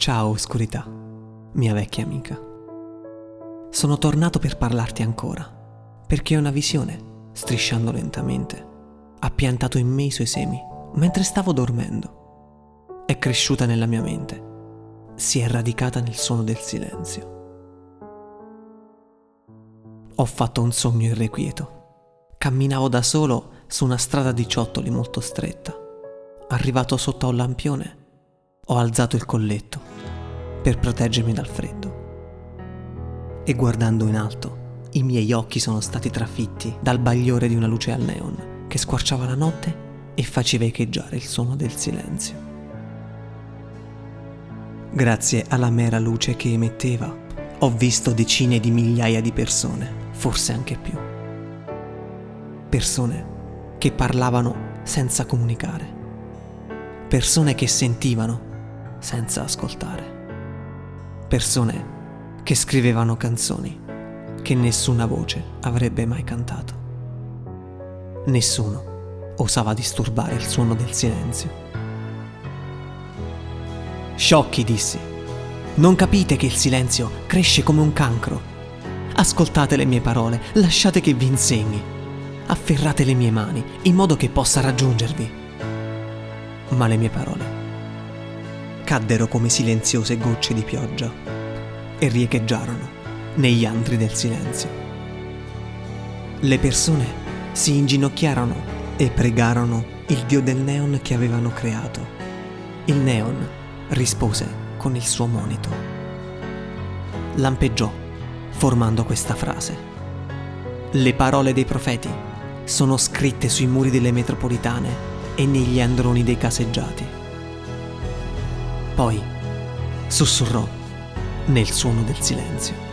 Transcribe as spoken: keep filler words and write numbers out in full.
Ciao oscurità, mia vecchia amica. Sono tornato per parlarti ancora, perché una visione, strisciando lentamente, ha piantato in me i suoi semi mentre stavo dormendo. È cresciuta nella mia mente, si è radicata nel suono del silenzio. Ho fatto un sogno irrequieto. Camminavo da solo su una strada di ciottoli molto stretta. Arrivato sotto a un lampione, ho alzato il colletto per proteggermi dal freddo. E guardando in alto, i miei occhi sono stati trafitti dal bagliore di una luce al neon che squarciava la notte e faceva echeggiare il suono del silenzio. Grazie alla mera luce che emetteva, ho visto decine di migliaia di persone, forse anche più. Persone che parlavano senza comunicare. Persone che sentivano senza ascoltare. Persone che scrivevano canzoni che nessuna voce avrebbe mai cantato. Nessuno osava disturbare il suono del silenzio. Sciocchi, dissi. Non capite che il silenzio cresce come un cancro? Ascoltate le mie parole, lasciate che vi insegni. Afferrate le mie mani in modo che possa raggiungervi. Ma le mie parole caddero come silenziose gocce di pioggia e riecheggiarono negli antri del silenzio. Le persone si inginocchiarono e pregarono il dio del neon che avevano creato. Il neon rispose con il suo monito. Lampeggiò formando questa frase: le parole dei profeti sono scritte sui muri delle metropolitane e negli androni dei caseggiati. Poi sussurrò nel suono del silenzio: